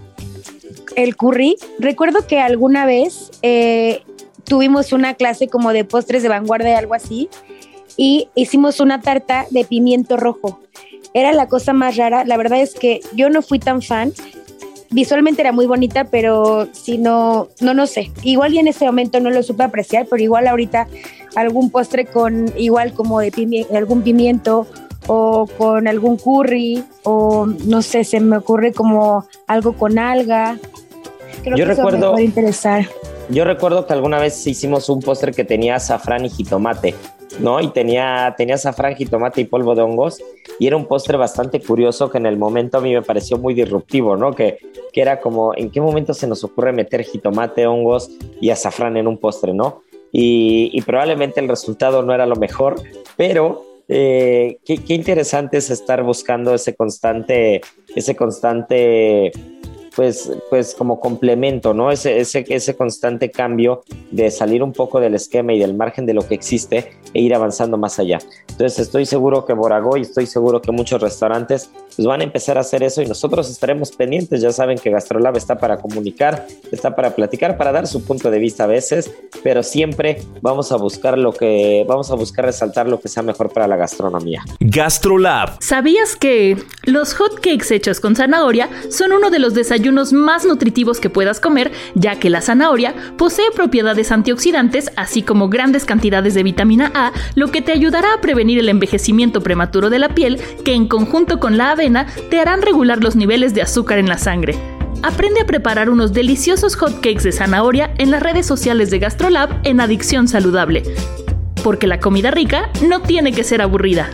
Speaker 11: el curry. Recuerdo que alguna vez eh, tuvimos una clase como de postres de vanguardia, algo así, y hicimos una tarta de pimiento rojo. Era la cosa más rara. La verdad es que yo no fui tan fan. Visualmente era muy bonita, pero si no, no, no sé. Igual y en ese momento no lo supe apreciar, pero igual ahorita algún postre con, igual como de pimi- algún pimiento o con algún curry, o no sé, se me ocurre como algo con alga. Creo
Speaker 3: yo
Speaker 11: que
Speaker 3: recuerdo,
Speaker 11: eso me puede interesar.
Speaker 3: Yo recuerdo que alguna vez hicimos un postre que tenía azafrán y jitomate, ¿no? Y tenía, tenía azafrán, jitomate y polvo de hongos, y era un postre bastante curioso que en el momento a mí me pareció muy disruptivo, ¿no? Que, que era como, ¿en qué momento se nos ocurre meter jitomate, hongos y azafrán en un postre, ¿no? Y, y probablemente el resultado no era lo mejor, pero eh, qué, qué interesante es estar buscando ese constante, ese constante pues, pues como complemento, ¿no? Ese, ese, ese constante cambio de salir un poco del esquema y del margen de lo que existe e ir avanzando más allá. Entonces estoy seguro que Borago y estoy seguro que muchos restaurantes pues van a empezar a hacer eso y nosotros estaremos pendientes. Ya saben que GastroLab está para comunicar, está para platicar, para dar su punto de vista a veces, pero siempre vamos a buscar lo que, vamos a buscar resaltar lo que sea mejor para la gastronomía.
Speaker 2: GastroLab.
Speaker 12: ¿Sabías que los hot cakes hechos con zanahoria son uno de los desayunos más nutritivos que puedas comer, ya que la zanahoria posee propiedades antioxidantes, así como grandes cantidades de vitamina A, lo que te ayudará a prevenir el envejecimiento prematuro de la piel, que en conjunto con la avena te harán regular los niveles de azúcar en la sangre? Aprende a preparar unos deliciosos hot cakes de zanahoria en las redes sociales de GastroLab en Adicción Saludable, porque la comida rica no tiene que ser aburrida.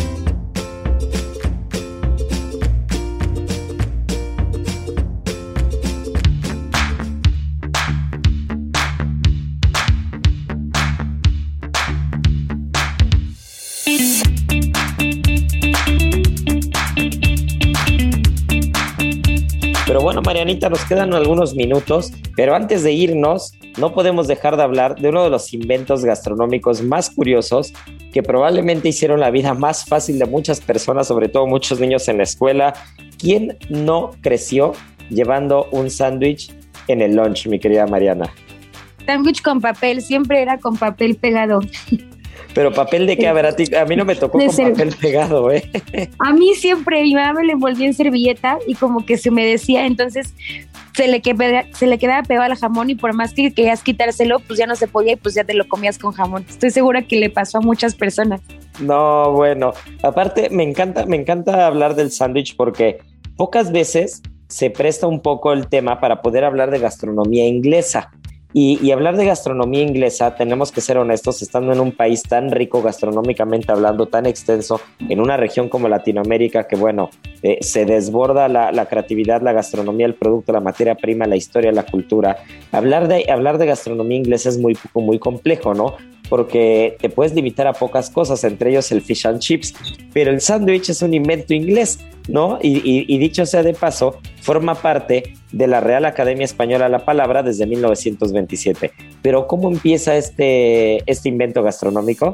Speaker 3: Pero bueno, Marianita, nos quedan algunos minutos, pero antes de irnos, no podemos dejar de hablar de uno de los inventos gastronómicos más curiosos que probablemente hicieron la vida más fácil de muchas personas, sobre todo muchos niños en la escuela. ¿Quién no creció llevando un sándwich en el lunch, mi querida Mariana?
Speaker 11: Sándwich con papel, siempre era con papel pegado.
Speaker 3: Pero papel de qué, a ver, a, ti, a mí no me tocó de con ser... papel pegado, ¿eh?
Speaker 11: A mí siempre, mi mamá me lo envolvía en servilleta y como que se humedecía, entonces se le, quedaba, se le quedaba pegado al jamón y por más que querías quitárselo, pues ya no se podía y pues ya te lo comías con jamón. Estoy segura que le pasó a muchas personas.
Speaker 3: No, bueno, aparte me encanta, me encanta hablar del sándwich porque pocas veces se presta un poco el tema para poder hablar de gastronomía inglesa. Y, y hablar de gastronomía inglesa, tenemos que ser honestos, estando en un país tan rico gastronómicamente hablando, tan extenso, en una región como Latinoamérica, que bueno, eh, se desborda la, la creatividad, la gastronomía, el producto, la materia prima, la historia, la cultura. Hablar de, hablar de gastronomía inglesa es muy, muy complejo, ¿no? Porque te puedes limitar a pocas cosas, entre ellos el fish and chips, pero el sándwich es un invento inglés, ¿no? Y, y, y dicho sea de paso, forma parte de la Real Academia Española de la Palabra desde mil novecientos veintisiete. Pero ¿cómo empieza este, este invento gastronómico?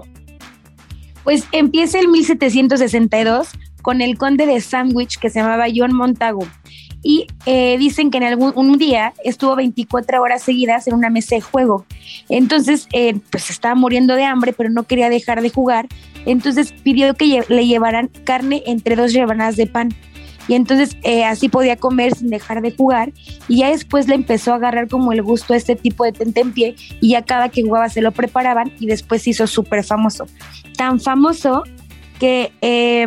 Speaker 11: Pues empieza en mil setecientos sesenta y dos con el conde de Sandwich que se llamaba John Montagu. Y eh, dicen que en algún un día estuvo veinticuatro horas seguidas en una mesa de juego. Entonces, eh, pues estaba muriendo de hambre, pero no quería dejar de jugar. Entonces pidió que lle- le llevaran carne entre dos rebanadas de pan. Y entonces eh, así podía comer sin dejar de jugar. Y ya después le empezó a agarrar como el gusto a este tipo de tentempié. Y ya cada que jugaba se lo preparaban y después se hizo súper famoso. Tan famoso que... Eh,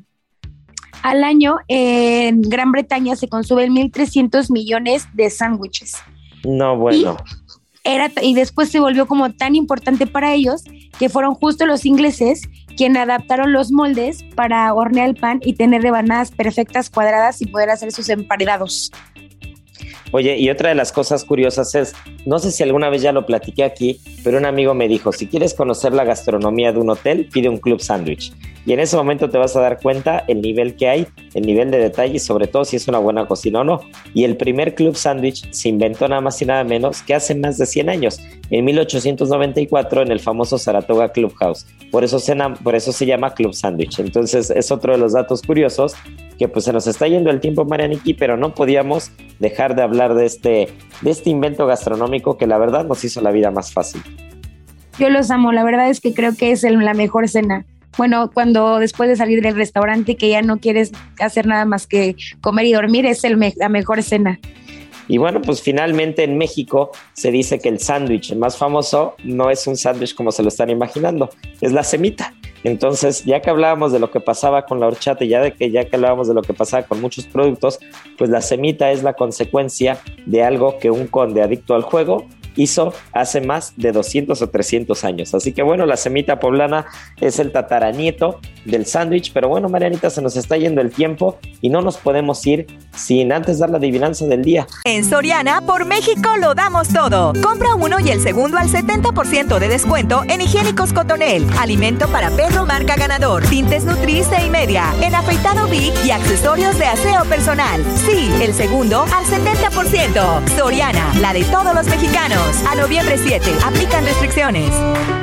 Speaker 11: Al año, eh, en Gran Bretaña se consumen mil trescientos millones de sándwiches.
Speaker 3: No, bueno.
Speaker 11: Y, era, y después se volvió como tan importante para ellos que fueron justo los ingleses quienes adaptaron los moldes para hornear el pan y tener rebanadas perfectas, cuadradas y poder hacer sus emparedados.
Speaker 3: Oye, y otra de las cosas curiosas es, no sé si alguna vez ya lo platiqué aquí, pero un amigo me dijo, si quieres conocer la gastronomía de un hotel, pide un club sándwich. Y en ese momento te vas a dar cuenta el nivel que hay, el nivel de detalle y sobre todo si es una buena cocina o no. Y el primer club sándwich se inventó nada más y nada menos que hace más de cien años, en mil ochocientos noventa y cuatro en el famoso Saratoga Clubhouse. Por eso se, por eso se llama club sándwich. Entonces es otro de los datos curiosos que pues se nos está yendo el tiempo, Marianiki, pero no podíamos dejar de hablar de este, de este invento gastronómico que la verdad nos hizo la vida más fácil.
Speaker 11: Yo los amo, la verdad es que creo que es el, la mejor cena. Bueno, cuando después de salir del restaurante que ya no quieres hacer nada más que comer y dormir, es el me- la mejor cena.
Speaker 3: Y bueno, pues finalmente en México se dice que el sándwich más famoso no es un sándwich como se lo están imaginando, es la semita. Entonces, ya que hablábamos de lo que pasaba con la horchata y ya, de que, ya que hablábamos de lo que pasaba con muchos productos, pues la semita es la consecuencia de algo que un conde adicto al juego hizo hace más de doscientos o trescientos años. Así que bueno, la semita poblana es el tataranieto del sándwich. Pero bueno, Marianita, se nos está yendo el tiempo y no nos podemos ir sin antes dar la adivinanza del día.
Speaker 6: En Soriana, por México lo damos todo. Compra uno y el segundo al setenta por ciento de descuento en higiénicos Cotonel, alimento para perro marca Ganador, tintes Nutrice y media, en afeitado Vic y accesorios de aseo personal. Sí, el segundo al setenta por ciento. Soriana, la de todos los mexicanos. A noviembre siete, aplican restricciones.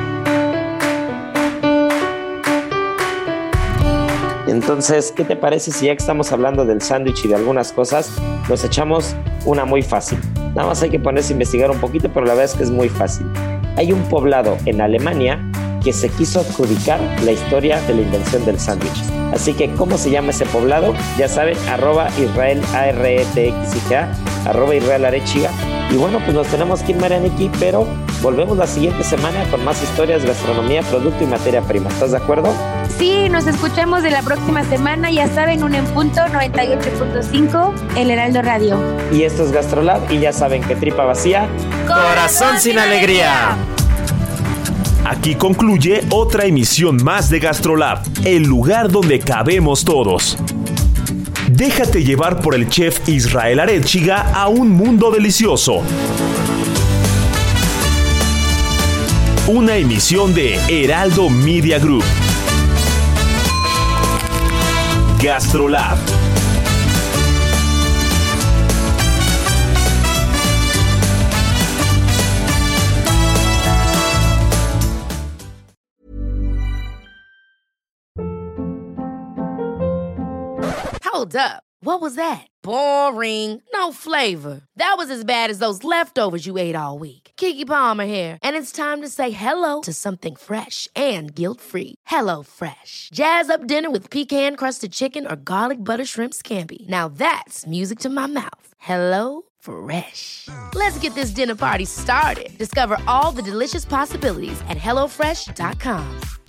Speaker 3: Entonces, ¿qué te parece si ya que estamos hablando del sándwich y de algunas cosas, nos echamos una muy fácil? Nada más hay que ponerse a investigar un poquito, pero la verdad es que es muy fácil. Hay un poblado en Alemania que se quiso adjudicar la historia de la invención del sándwich. Así que, ¿cómo se llama ese poblado? Ya saben, arroba Israel A R E T X I G A, arroba Israel Arechiga. Y bueno, pues nos tenemos que ir, Marianiki, pero volvemos la siguiente semana con más historias de gastronomía, producto y materia prima. ¿Estás de acuerdo?
Speaker 11: Sí, nos escuchamos de la próxima semana, ya saben, un en punto, noventa y ocho punto cinco, El Heraldo Radio.
Speaker 3: Y esto es GastroLab, y ya saben que tripa vacía,
Speaker 2: corazón sin alegría. Aquí concluye otra emisión más de GastroLab, el lugar donde cabemos todos. Déjate llevar por el chef Israel Arechiga a un mundo delicioso. Una emisión de Heraldo Media Group. GastroLab.
Speaker 1: Hold up. What was that? Boring. No flavor. That was as bad as those leftovers you ate all week. Keke Palmer here, and it's time to say hello to something fresh and guilt-free. Hello Fresh. Jazz up dinner with pecan-crusted chicken or garlic butter shrimp scampi. Now that's music to my mouth. Hello Fresh. Let's get this dinner party started. Discover all the delicious possibilities at hello fresh dot com.